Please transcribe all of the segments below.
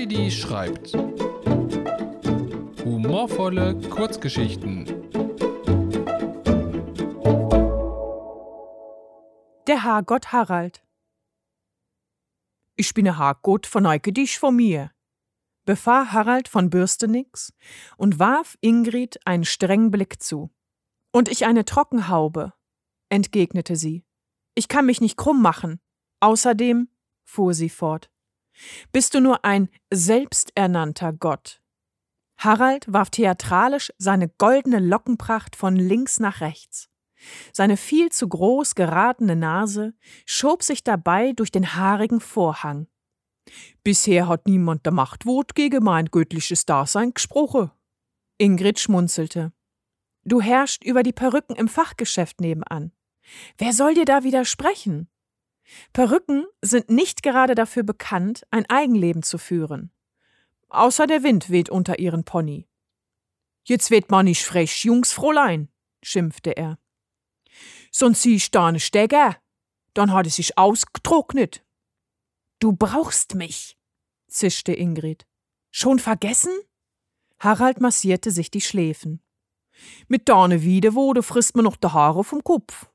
Heidi schreibt. Humorvolle Kurzgeschichten. Der Haargott Harald. Ich bin der Haargott, verneige dich vor mir, befahl Harald von Bürstenix und warf Ingrid einen strengen Blick zu. Und ich eine Trockenhaube, entgegnete sie. Ich kann mich nicht krumm machen. Außerdem, fuhr sie fort, bist du nur ein selbsternannter Gott. Harald warf theatralisch seine goldene Lockenpracht von links nach rechts. Seine viel zu groß geratene Nase schob sich dabei durch den haarigen Vorhang. Bisher hat niemand der Machtwort gegen mein göttliches Dasein gesprochen. Ingrid schmunzelte. Du herrschst über die Perücken im Fachgeschäft nebenan. Wer soll dir da widersprechen? Perücken sind nicht gerade dafür bekannt, ein Eigenleben zu führen. Außer der Wind weht unter ihren Pony. Jetzt weht man nicht frech, Jungsfräulein, schimpfte er. Sonst zieh ich da ne Stecker. Dann hat es sich ausgetrocknet. Du brauchst mich, zischte Ingrid. Schon vergessen? Harald massierte sich die Schläfen. Mit dane Wiedewode frisst man noch de Haare vom Kopf.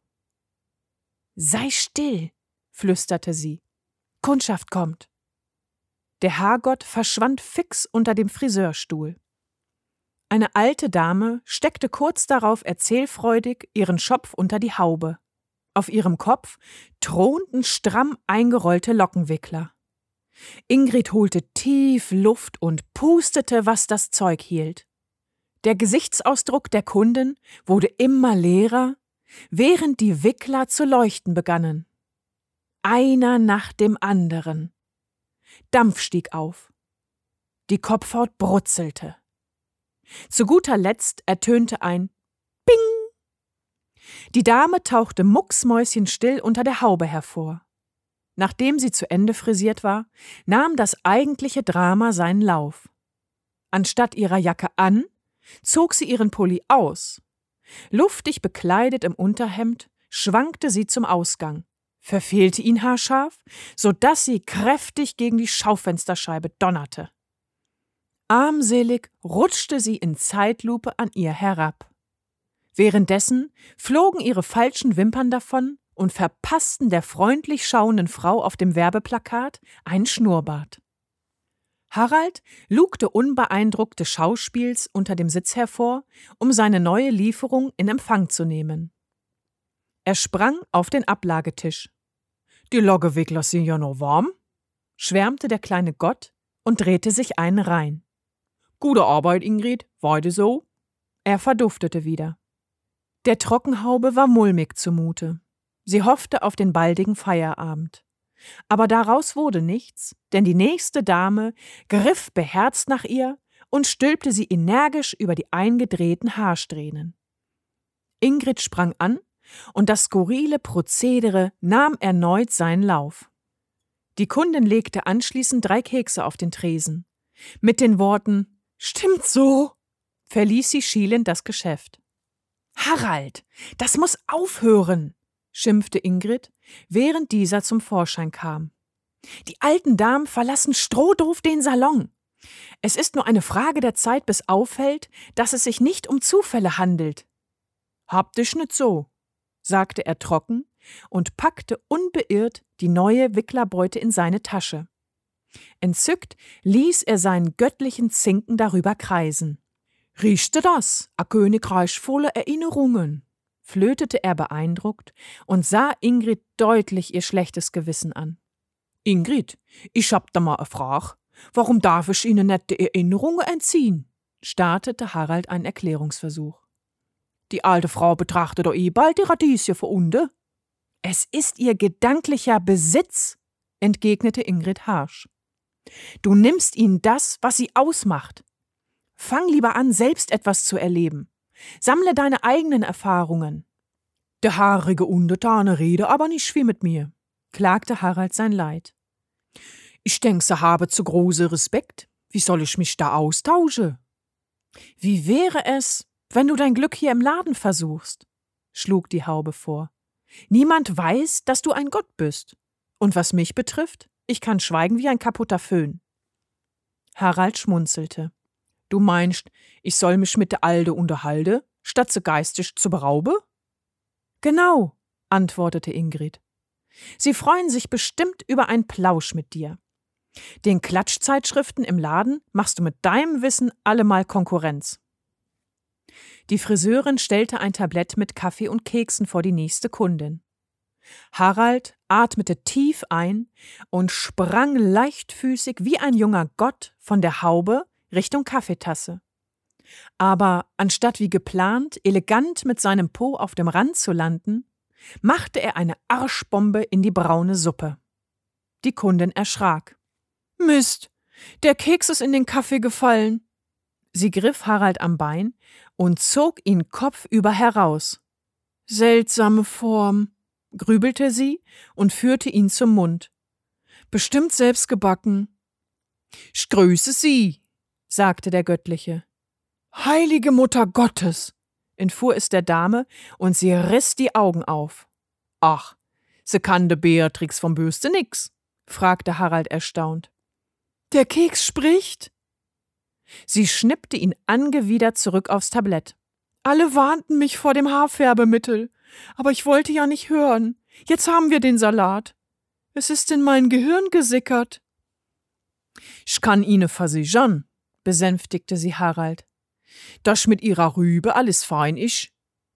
Sei still, flüsterte sie. Kundschaft kommt. Der Haargott verschwand fix unter dem Friseurstuhl. Eine alte Dame steckte kurz darauf erzählfreudig ihren Schopf unter die Haube. Auf ihrem Kopf thronten stramm eingerollte Lockenwickler. Ingrid holte tief Luft und pustete, was das Zeug hielt. Der Gesichtsausdruck der Kundin wurde immer leerer, während die Wickler zu leuchten begannen. Einer nach dem anderen. Dampf stieg auf. Die Kopfhaut brutzelte. Zu guter Letzt ertönte ein Bing! Die Dame tauchte mucksmäuschenstill unter der Haube hervor. Nachdem sie zu Ende frisiert war, nahm das eigentliche Drama seinen Lauf. Anstatt ihrer Jacke an, zog sie ihren Pulli aus. Luftig bekleidet im Unterhemd schwankte sie zum Ausgang, verfehlte ihn haarscharf, so dass sie kräftig gegen die Schaufensterscheibe donnerte. Armselig rutschte sie in Zeitlupe an ihr herab. Währenddessen flogen ihre falschen Wimpern davon und verpassten der freundlich schauenden Frau auf dem Werbeplakat einen Schnurrbart. Harald lugte unbeeindruckt des Schauspiels unter dem Sitz hervor, um seine neue Lieferung in Empfang zu nehmen. Er sprang auf den Ablagetisch. Die Loggewickler sind ja noch warm, schwärmte der kleine Gott und drehte sich einen rein. Gute Arbeit, Ingrid, weiter so. Er verduftete wieder. Der Trockenhaube war mulmig zumute. Sie hoffte auf den baldigen Feierabend. Aber daraus wurde nichts, denn die nächste Dame griff beherzt nach ihr und stülpte sie energisch über die eingedrehten Haarsträhnen. Ingrid sprang an und das skurrile Prozedere nahm erneut seinen Lauf. Die Kundin legte anschließend 3 Kekse auf den Tresen. Mit den Worten »Stimmt so«, verließ sie schielend das Geschäft. »Harald, das muss aufhören«, schimpfte Ingrid, während dieser zum Vorschein kam. »Die alten Damen verlassen strohdoof den Salon. Es ist nur eine Frage der Zeit, bis auffällt, dass es sich nicht um Zufälle handelt.« »Hab dich nicht so«, sagte er trocken und packte unbeirrt die neue Wicklerbeute in seine Tasche. Entzückt ließ er seinen göttlichen Zinken darüber kreisen. »Riechte das, a Königreich voller Erinnerungen«, flötete er beeindruckt und sah Ingrid deutlich ihr schlechtes Gewissen an. »Ingrid, ich hab da mal a Frage. Warum darf ich Ihnen nicht die Erinnerungen entziehen?«, startete Harald einen Erklärungsversuch. »Die alte Frau betrachtet doch bald die Radieschen von unten.« »Es ist ihr gedanklicher Besitz«, entgegnete Ingrid harsch. »Du nimmst ihnen das, was sie ausmacht. Fang lieber an, selbst etwas zu erleben. Sammle deine eigenen Erfahrungen.« »Der haarige Untertane rede aber nicht viel mit mir«, klagte Harald sein Leid. »Ich denk, sie habe zu große Respekt. Wie soll ich mich da austauschen?« »Wie wäre es, wenn du dein Glück hier im Laden versuchst?«, schlug die Haube vor. »Niemand weiß, dass du ein Gott bist. Und was mich betrifft, ich kann schweigen wie ein kaputter Föhn.« Harald schmunzelte. »Du meinst, ich soll mich mit der Alde unterhalten, statt sie geistig zu berauben?« »Genau«, antwortete Ingrid. »Sie freuen sich bestimmt über einen Plausch mit dir. Den Klatschzeitschriften im Laden machst du mit deinem Wissen allemal Konkurrenz.« Die Friseurin stellte ein Tablett mit Kaffee und Keksen vor die nächste Kundin. Harald atmete tief ein und sprang leichtfüßig wie ein junger Gott von der Haube Richtung Kaffeetasse. Aber anstatt wie geplant elegant mit seinem Po auf dem Rand zu landen, machte er eine Arschbombe in die braune Suppe. Die Kundin erschrak. »Mist, der Keks ist in den Kaffee gefallen.« Sie griff Harald am Bein und zog ihn kopfüber heraus. »Seltsame Form«, grübelte sie und führte ihn zum Mund. »Bestimmt selbst gebacken.« »Ich grüße Sie«, sagte der Göttliche. »Heilige Mutter Gottes«, entfuhr es der Dame, und sie riss die Augen auf. »Ach, se kann de Beatrix vom Böste nix«, fragte Harald erstaunt. »Der Keks spricht?« Sie schnippte ihn angewidert zurück aufs Tablett. »Alle warnten mich vor dem Haarfärbemittel, aber ich wollte ja nicht hören. Jetzt haben wir den Salat. Es ist in mein Gehirn gesickert.« »Ich kann Ihnen versichern«, besänftigte sie Harald, »dass mit Ihrer Rübe alles fein ist.«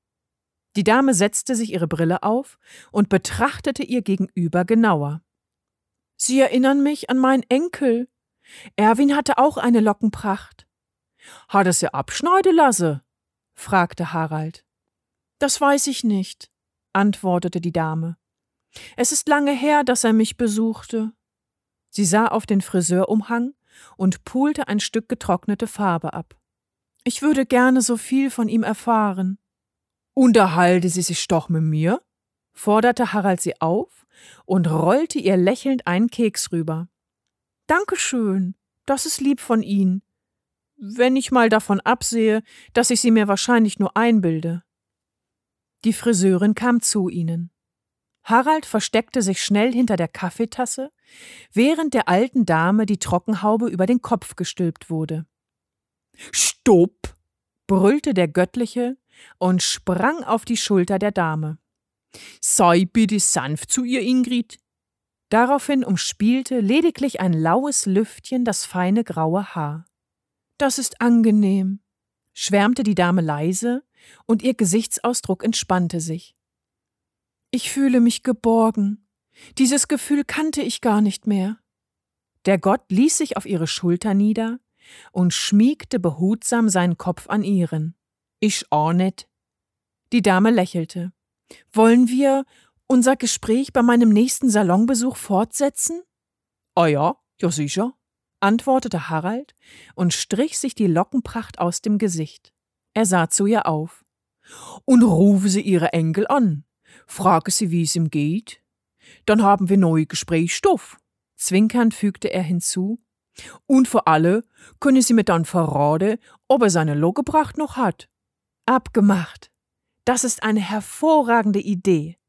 Die Dame setzte sich ihre Brille auf und betrachtete ihr Gegenüber genauer. »Sie erinnern mich an meinen Enkel. Erwin hatte auch eine Lockenpracht.« »Hat er sie abschneiden lassen?«, fragte Harald. »Das weiß ich nicht«, antwortete die Dame. »Es ist lange her, dass er mich besuchte.« Sie sah auf den Friseurumhang und pulte ein Stück getrocknete Farbe ab. »Ich würde gerne so viel von ihm erfahren.« »Unterhalte Sie sich doch mit mir«, forderte Harald sie auf und rollte ihr lächelnd einen Keks rüber. »Dankeschön, das ist lieb von Ihnen. Wenn ich mal davon absehe, dass ich sie mir wahrscheinlich nur einbilde.« Die Friseurin kam zu ihnen. Harald versteckte sich schnell hinter der Kaffeetasse, während der alten Dame die Trockenhaube über den Kopf gestülpt wurde. »Stopp«, brüllte der Göttliche und sprang auf die Schulter der Dame. »Sei bitte sanft zu ihr, Ingrid.« Daraufhin umspielte lediglich ein laues Lüftchen das feine graue Haar. »Das ist angenehm«, schwärmte die Dame leise, und ihr Gesichtsausdruck entspannte sich. »Ich fühle mich geborgen. Dieses Gefühl kannte ich gar nicht mehr.« Der Gott ließ sich auf ihre Schulter nieder und schmiegte behutsam seinen Kopf an ihren. »Ich auch nicht.« Die Dame lächelte. »Wollen wir unser Gespräch bei meinem nächsten Salonbesuch fortsetzen?« »Ah ja, sicher«, antwortete Harald und strich sich die Lockenpracht aus dem Gesicht. Er sah zu ihr auf. »Und rufe Sie Ihre Enkel an. Frage sie, wie es ihm geht. Dann haben wir neue Gesprächsstoff.« Zwinkernd fügte er hinzu. »Und vor allem können Sie mir dann verraten, ob er seine Lockenpracht noch hat.« »Abgemacht. Das ist eine hervorragende Idee.